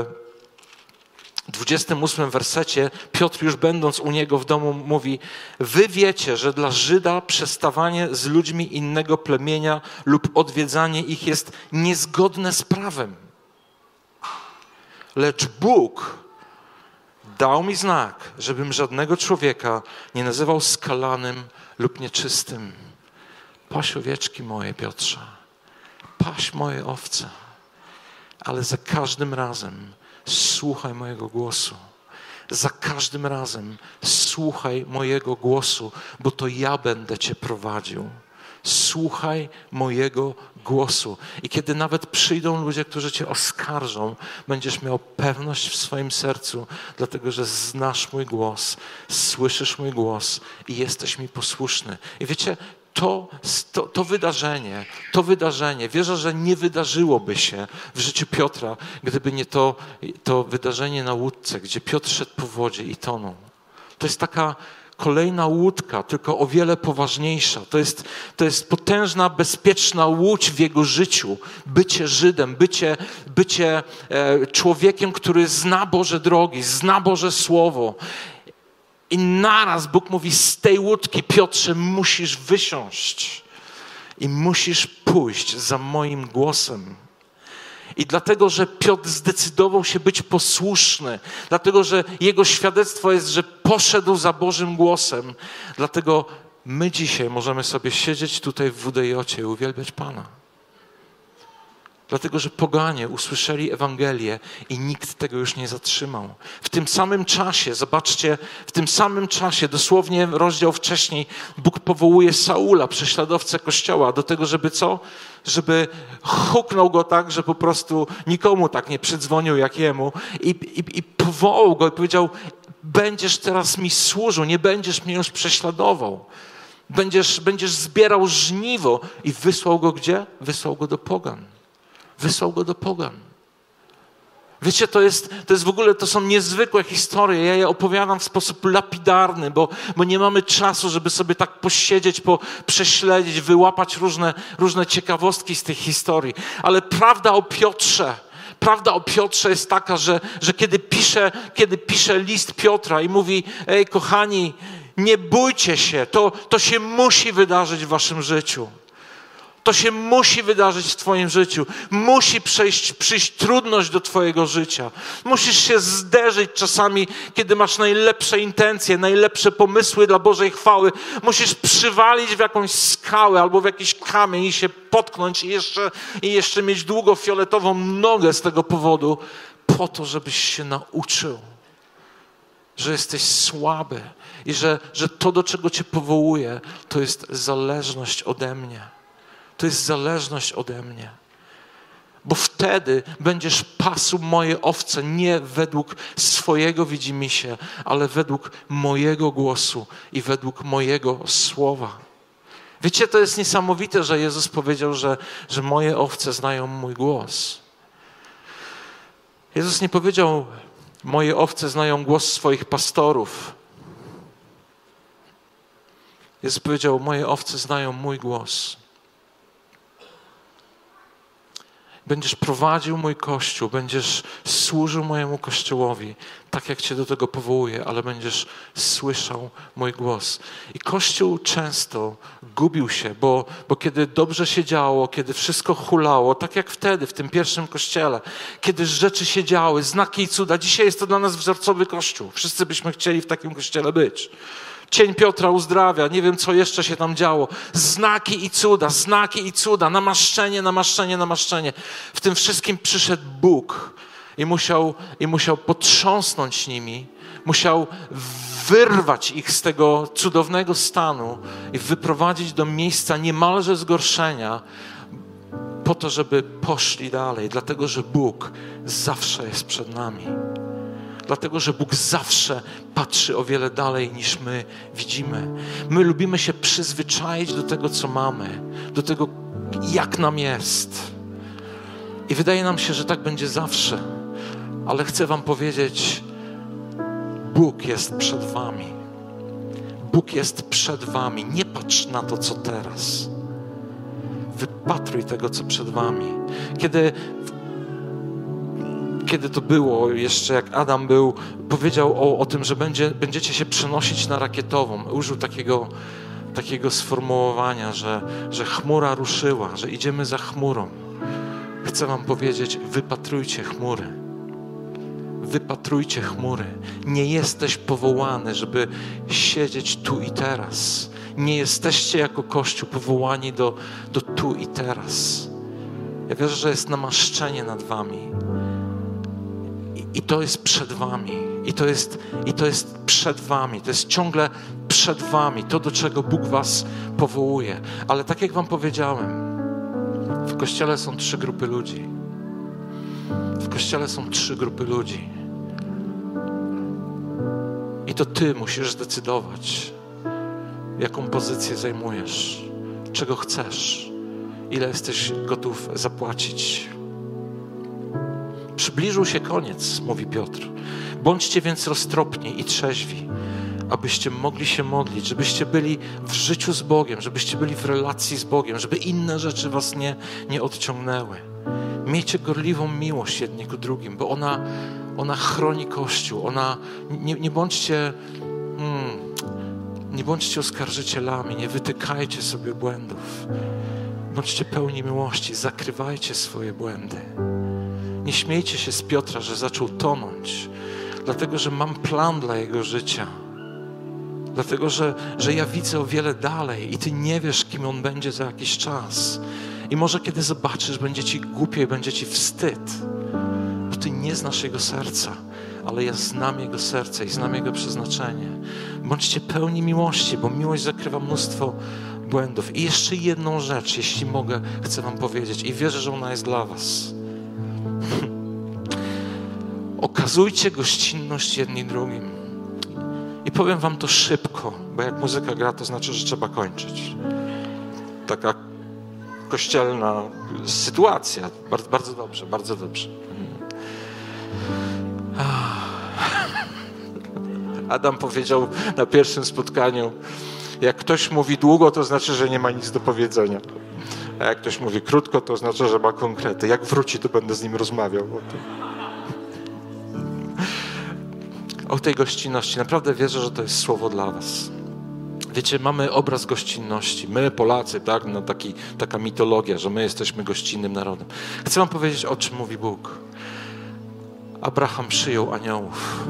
28 wersecie Piotr, już będąc u niego w domu, mówi: wy wiecie, że dla Żyda przestawanie z ludźmi innego plemienia lub odwiedzanie ich jest niezgodne z prawem. Lecz Bóg dał mi znak, żebym żadnego człowieka nie nazywał skalanym lub nieczystym. Paś owieczki moje, Piotrze, paś moje owce, ale za każdym razem słuchaj mojego głosu. Za każdym razem słuchaj mojego głosu, bo to ja będę cię prowadził. Słuchaj mojego głosu. I kiedy nawet przyjdą ludzie, którzy cię oskarżą, będziesz miał pewność w swoim sercu, dlatego że znasz mój głos, słyszysz mój głos i jesteś mi posłuszny. I wiecie, to wydarzenie, wierzę, że nie wydarzyłoby się w życiu Piotra, gdyby nie to wydarzenie na łódce, gdzie Piotr szedł po wodzie i tonął. To jest taka kolejna łódka, tylko o wiele poważniejsza. To jest potężna, bezpieczna łódź w jego życiu. Bycie Żydem, bycie człowiekiem, który zna Boże drogi, zna Boże Słowo. I naraz Bóg mówi: z tej łódki, Piotrze, musisz wysiąść i musisz pójść za moim głosem. I dlatego, że Piotr zdecydował się być posłuszny, dlatego, że jego świadectwo jest, że poszedł za Bożym głosem, dlatego my dzisiaj możemy sobie siedzieć tutaj w WDJ-cie i uwielbiać Pana. Dlatego, że poganie usłyszeli Ewangelię i nikt tego już nie zatrzymał. W tym samym czasie, zobaczcie, dosłownie rozdział wcześniej, Bóg powołuje Saula, prześladowcę Kościoła, do tego, żeby co? Żeby huknął go tak, że po prostu nikomu tak nie przydzwonił jak jemu i powołał go i powiedział: będziesz teraz mi służył, nie będziesz mnie już prześladował. Będziesz zbierał żniwo. I wysłał go gdzie? Wysłał go do pogan. Wysłał go do pogan. Wiecie, to jest w ogóle, to są niezwykłe historie. Ja je opowiadam w sposób lapidarny, bo nie mamy czasu, żeby sobie tak posiedzieć, prześledzić, wyłapać różne ciekawostki z tych historii. Ale prawda o Piotrze jest taka, że kiedy pisze list Piotra i mówi: ej, kochani, nie bójcie się, to się musi wydarzyć w waszym życiu. To się musi wydarzyć w twoim życiu. Musi przyjść trudność do twojego życia. Musisz się zderzyć czasami, kiedy masz najlepsze intencje, najlepsze pomysły dla Bożej chwały. Musisz przywalić w jakąś skałę albo w jakiś kamień i się potknąć i jeszcze mieć długofioletową nogę z tego powodu, po to, żebyś się nauczył, że jesteś słaby i że to, do czego cię powołuje, to jest zależność ode mnie. To jest zależność ode mnie. Bo wtedy będziesz pasł moje owce nie według swojego widzimisię, ale według mojego głosu i według mojego słowa. Wiecie, to jest niesamowite, że Jezus powiedział, że moje owce znają mój głos. Jezus nie powiedział: moje owce znają głos swoich pastorów. Jezus powiedział: moje owce znają mój głos. Będziesz prowadził mój Kościół, będziesz służył mojemu Kościołowi, tak jak cię do tego powołuję, ale będziesz słyszał mój głos. I Kościół często gubił się, bo kiedy dobrze się działo, kiedy wszystko hulało, tak jak wtedy w tym pierwszym Kościele, kiedy rzeczy się działy, znaki i cuda. Dzisiaj jest to dla nas wzorcowy Kościół. Wszyscy byśmy chcieli w takim Kościele być. Cień Piotra uzdrawia, nie wiem co jeszcze się tam działo. Znaki i cuda, namaszczenie. W tym wszystkim przyszedł Bóg i musiał potrząsnąć nimi, musiał wyrwać ich z tego cudownego stanu i wyprowadzić do miejsca niemalże zgorszenia, po to, żeby poszli dalej, dlatego że Bóg zawsze jest przed nami. Dlatego, że Bóg zawsze patrzy o wiele dalej niż my widzimy. My lubimy się przyzwyczaić do tego, co mamy, do tego, jak nam jest. I wydaje nam się, że tak będzie zawsze. Ale chcę wam powiedzieć, Bóg jest przed wami. Bóg jest przed wami. Nie patrz na to, co teraz. Wypatruj tego, co przed wami. Kiedy to było, jeszcze jak Adam był, powiedział o tym, że będziecie się przenosić na rakietową. Użył takiego sformułowania, że chmura ruszyła, że idziemy za chmurą. Chcę wam powiedzieć, wypatrujcie chmury. Wypatrujcie chmury. Nie jesteś powołany, żeby siedzieć tu i teraz. Nie jesteście jako Kościół powołani do tu i teraz. Ja wierzę, że jest namaszczenie nad wami. I to jest przed wami. I to jest przed wami. To jest ciągle przed wami. To, do czego Bóg was powołuje. Ale tak jak wam powiedziałem, w Kościele są 3 grupy ludzi. W Kościele są 3 grupy ludzi. I to ty musisz zdecydować, jaką pozycję zajmujesz, czego chcesz, ile jesteś gotów zapłacić. Przybliżył się koniec, mówi Piotr. Bądźcie więc roztropni i trzeźwi, abyście mogli się modlić, żebyście byli w życiu z Bogiem, żebyście byli w relacji z Bogiem, żeby inne rzeczy was nie odciągnęły. Miejcie gorliwą miłość jedni ku drugim, bo ona chroni Kościół. Nie bądźcie oskarżycielami, nie wytykajcie sobie błędów. Bądźcie pełni miłości, zakrywajcie swoje błędy. Nie śmiejcie się z Piotra, że zaczął tonąć, dlatego że mam plan dla jego życia. Dlatego, że ja widzę o wiele dalej i ty nie wiesz, kim on będzie za jakiś czas. I może kiedy zobaczysz, będzie ci głupio i będzie ci wstyd, bo ty nie znasz jego serca, ale ja znam jego serce i znam jego przeznaczenie. Bądźcie pełni miłości, bo miłość zakrywa mnóstwo błędów. I jeszcze jedną rzecz, jeśli mogę, chcę wam powiedzieć i wierzę, że ona jest dla was. Okazujcie gościnność jedni drugim. I powiem wam to szybko, bo jak muzyka gra, to znaczy, że trzeba kończyć. Taka kościelna sytuacja. Bardzo, bardzo dobrze, bardzo dobrze. Adam powiedział na pierwszym spotkaniu, jak ktoś mówi długo, to znaczy, że nie ma nic do powiedzenia. A jak ktoś mówi krótko, to znaczy, że ma konkrety. Jak wróci, to będę z nim rozmawiał o tej gościnności. Naprawdę wierzę, że to jest słowo dla was. Wiecie, mamy obraz gościnności. My, Polacy, tak? No taka mitologia, że my jesteśmy gościnnym narodem. Chcę wam powiedzieć, o czym mówi Bóg. Abraham przyjął aniołów.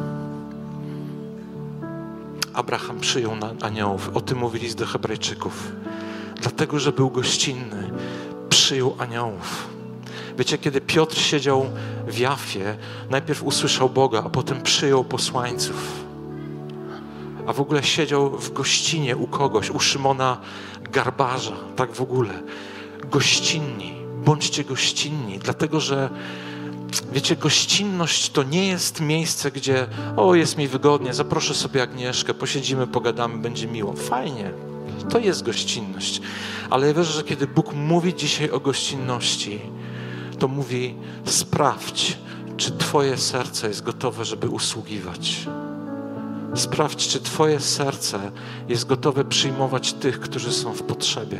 Abraham przyjął aniołów. O tym mówi list do Hebrajczyków. Dlatego, że był gościnny, przyjął aniołów. Wiecie, kiedy Piotr siedział w Jafie, najpierw usłyszał Boga, a potem przyjął posłańców. A w ogóle siedział w gościnie u kogoś, u Szymona Garbarza, tak w ogóle. Gościnni, bądźcie gościnni, dlatego, że wiecie, gościnność to nie jest miejsce, gdzie jest mi wygodnie, zaproszę sobie Agnieszkę, posiedzimy, pogadamy, będzie miło. Fajnie, to jest gościnność. Ale ja wierzę, że kiedy Bóg mówi dzisiaj o gościnności, to mówi, sprawdź, czy twoje serce jest gotowe, żeby usługiwać. Sprawdź, czy twoje serce jest gotowe przyjmować tych, którzy są w potrzebie.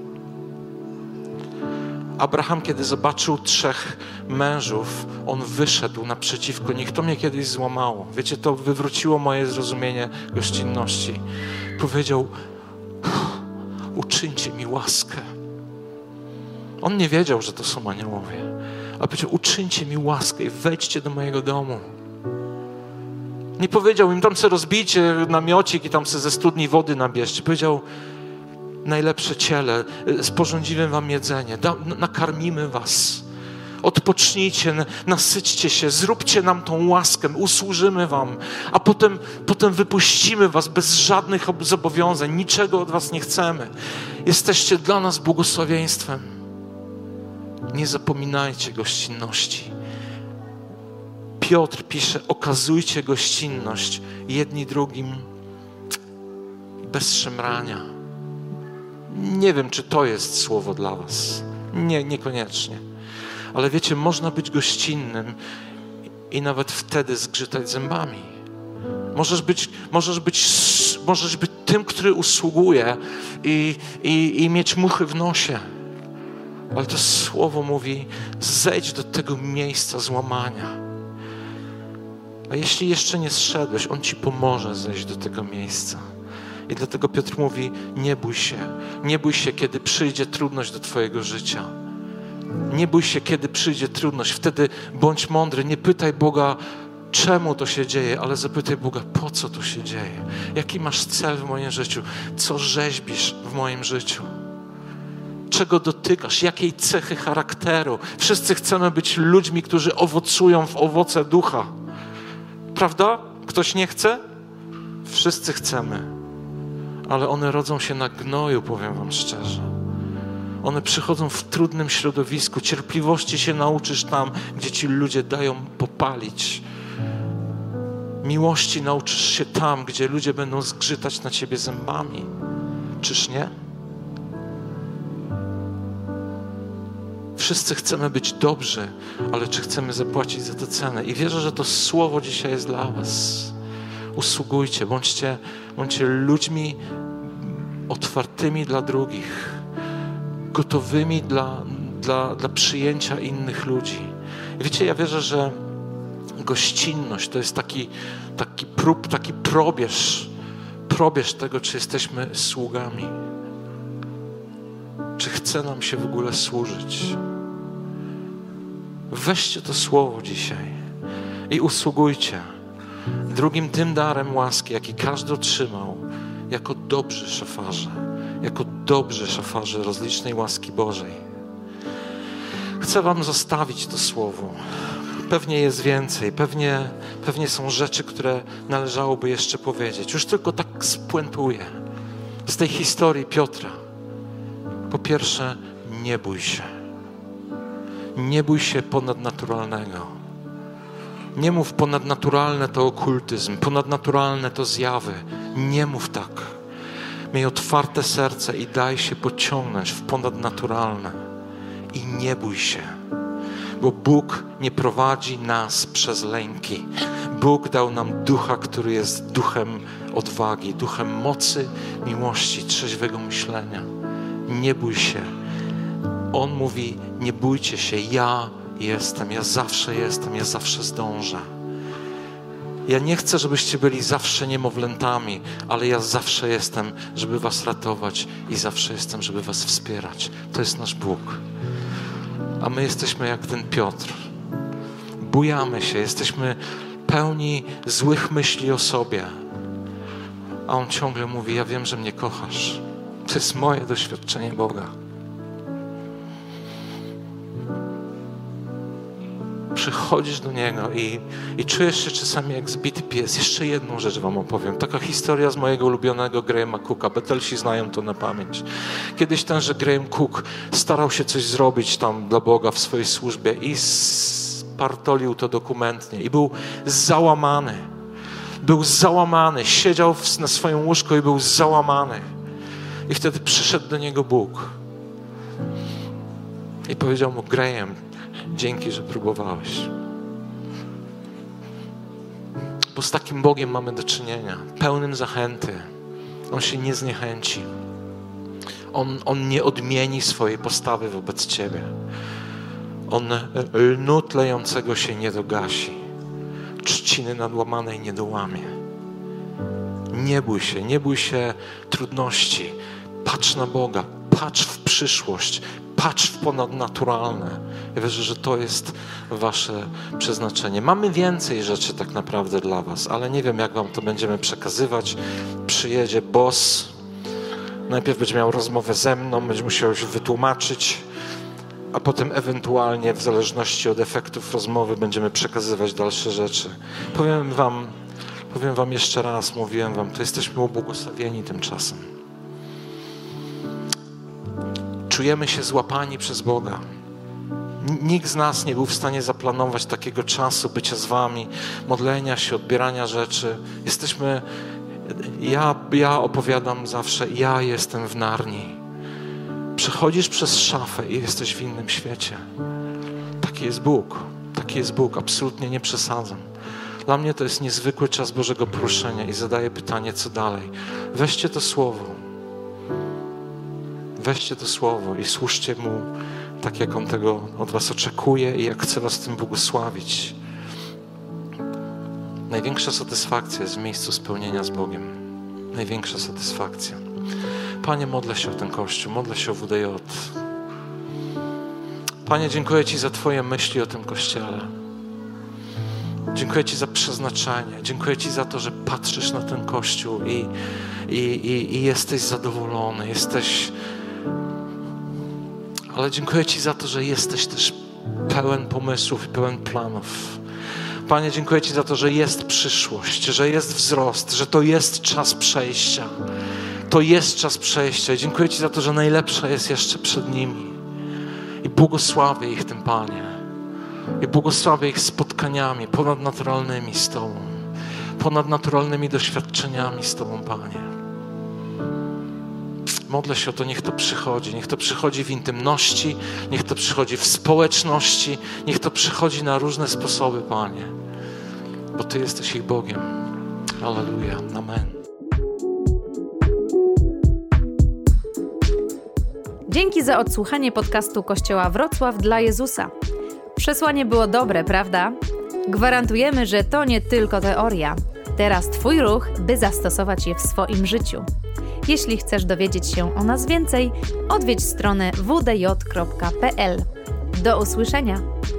Abraham, kiedy zobaczył 3 mężów, on wyszedł naprzeciwko nich. To mnie kiedyś złamało. Wiecie, to wywróciło moje zrozumienie gościnności. Powiedział, uczyńcie mi łaskę. On nie wiedział, że to są aniołowie. Ale powiedział, uczyńcie mi łaskę i wejdźcie do mojego domu. Nie powiedział im, tam se rozbijcie namiocik i tam se ze studni wody nabierzcie. Powiedział, najlepsze ciele, sporządzimy wam jedzenie, nakarmimy was. Odpocznijcie, nasyćcie się, zróbcie nam tą łaskę, usłużymy wam, a potem wypuścimy was bez żadnych zobowiązań, niczego od was nie chcemy. Jesteście dla nas błogosławieństwem. Nie zapominajcie gościnności. Piotr pisze, okazujcie gościnność jedni drugim bez szemrania. Nie wiem, czy to jest słowo dla was. Nie, niekoniecznie. Ale wiecie, można być gościnnym i nawet wtedy zgrzytać zębami. Możesz być tym, który usługuje i mieć muchy w nosie. Ale to słowo mówi, zejdź do tego miejsca złamania. A jeśli jeszcze nie zszedłeś, On ci pomoże zejść do tego miejsca. I dlatego Piotr mówi, nie bój się. Nie bój się, kiedy przyjdzie trudność do twojego życia. Nie bój się, kiedy przyjdzie trudność. Wtedy bądź mądry. Nie pytaj Boga, czemu to się dzieje, ale zapytaj Boga, po co to się dzieje. Jaki masz cel w moim życiu? Co rzeźbisz w moim życiu? Czego dotykasz? Jakiej cechy charakteru? Wszyscy chcemy być ludźmi, którzy owocują w owoce ducha. Prawda? Ktoś nie chce? Wszyscy chcemy. Ale one rodzą się na gnoju, powiem wam szczerze. One przychodzą w trudnym środowisku. Cierpliwości się nauczysz tam, gdzie ci ludzie dają popalić. Miłości nauczysz się tam, gdzie ludzie będą zgrzytać na ciebie zębami. Czyż nie? Wszyscy chcemy być dobrzy, ale czy chcemy zapłacić za to cenę? I wierzę, że to słowo dzisiaj jest dla was. Usługujcie, bądźcie ludźmi otwartymi dla drugich, gotowymi dla przyjęcia innych ludzi. I wiecie, ja wierzę, że gościnność to jest taki probierz tego, czy jesteśmy sługami. Czy chce nam się w ogóle służyć. Weźcie to słowo dzisiaj i usługujcie. Drugim tym darem łaski, jaki każdy otrzymał, jako dobrzy szafarze rozlicznej łaski Bożej. Chcę wam zostawić to słowo. Pewnie jest więcej, pewnie są rzeczy, które należałoby jeszcze powiedzieć. Już tylko tak spuentuję z tej historii Piotra. Po pierwsze, nie bój się. Nie bój się ponadnaturalnego. Nie mów ponadnaturalne to okultyzm, ponadnaturalne to zjawy. Nie mów tak. Miej otwarte serce i daj się pociągnąć w ponadnaturalne. I nie bój się, bo Bóg nie prowadzi nas przez lęki. Bóg dał nam ducha, który jest duchem odwagi, duchem mocy, miłości, trzeźwego myślenia. Nie bój się. On mówi, nie bójcie się, ja jestem, ja zawsze zdążę. Ja nie chcę, żebyście byli zawsze niemowlętami, ale ja zawsze jestem, żeby was ratować i zawsze jestem, żeby was wspierać. To jest nasz Bóg. A my jesteśmy jak ten Piotr. Bujamy się, jesteśmy pełni złych myśli o sobie. A on ciągle mówi, ja wiem, że mnie kochasz. To jest moje doświadczenie Boga. Przychodzisz do Niego i czujesz się czasami jak zbity pies. Jeszcze jedną rzecz wam opowiem. Taka historia z mojego ulubionego Grahama Cooka. Betelsi znają to na pamięć. Kiedyś tenże Graham Cook starał się coś zrobić tam dla Boga w swojej służbie i spartolił to dokumentnie. I był załamany. Był załamany. Siedział na swoim łóżku i był załamany. I wtedy przyszedł do niego Bóg. I powiedział mu, Graham, dzięki, że próbowałeś. Bo z takim Bogiem mamy do czynienia, pełnym zachęty. On się nie zniechęci. On nie odmieni swojej postawy wobec ciebie. On lnu tlejącego się nie dogasi. Trzciny nadłamanej nie dołamie. Nie bój się trudności. Patrz na Boga, patrz w przyszłość, patrz w ponadnaturalne. Ja wierzę, że to jest wasze przeznaczenie. Mamy więcej rzeczy tak naprawdę dla was, ale nie wiem, jak wam to będziemy przekazywać. Przyjedzie boss, najpierw będzie miał rozmowę ze mną, będzie musiał się wytłumaczyć, a potem ewentualnie w zależności od efektów rozmowy będziemy przekazywać dalsze rzeczy. Powiem wam jeszcze raz, mówiłem wam, to jesteśmy ubłogosławieni tymczasem. Czujemy się złapani przez Boga. Nikt z nas nie był w stanie zaplanować takiego czasu bycia z wami, modlenia się, odbierania rzeczy. Ja opowiadam zawsze, ja jestem w Narni. Przechodzisz przez szafę i jesteś w innym świecie. Taki jest Bóg, absolutnie nie przesadzam. Dla mnie to jest niezwykły czas Bożego poruszenia i zadaję pytanie, co dalej. Weźcie to słowo i służcie Mu tak, jak On tego od was oczekuje i jak chce was tym błogosławić. Największa satysfakcja jest w miejscu spełnienia z Bogiem. Największa satysfakcja. Panie, modlę się o ten Kościół, modlę się o WDJ. Panie, dziękuję Ci za Twoje myśli o tym Kościele. Dziękuję Ci za przeznaczenie. Dziękuję Ci za to, że patrzysz na ten Kościół i jesteś zadowolony. Ale dziękuję Ci za to, że jesteś też pełen pomysłów i pełen planów. Panie, dziękuję Ci za to, że jest przyszłość, że jest wzrost, że to jest czas przejścia. To jest czas przejścia. Dziękuję Ci za to, że najlepsze jest jeszcze przed nimi. I błogosławię ich tym, Panie. I błogosławię ich spotkaniami ponadnaturalnymi z Tobą. Ponadnaturalnymi doświadczeniami z Tobą, Panie. Modlę się o to, niech to przychodzi w intymności, niech to przychodzi w społeczności, niech to przychodzi na różne sposoby, Panie. Bo Ty jesteś ich Bogiem. Alleluja. Amen. Dzięki za odsłuchanie podcastu Kościoła Wrocław dla Jezusa. Przesłanie było dobre, prawda? Gwarantujemy, że to nie tylko teoria. Teraz Twój ruch, by zastosować je w swoim życiu. Jeśli chcesz dowiedzieć się o nas więcej, odwiedź stronę wdj.pl. Do usłyszenia!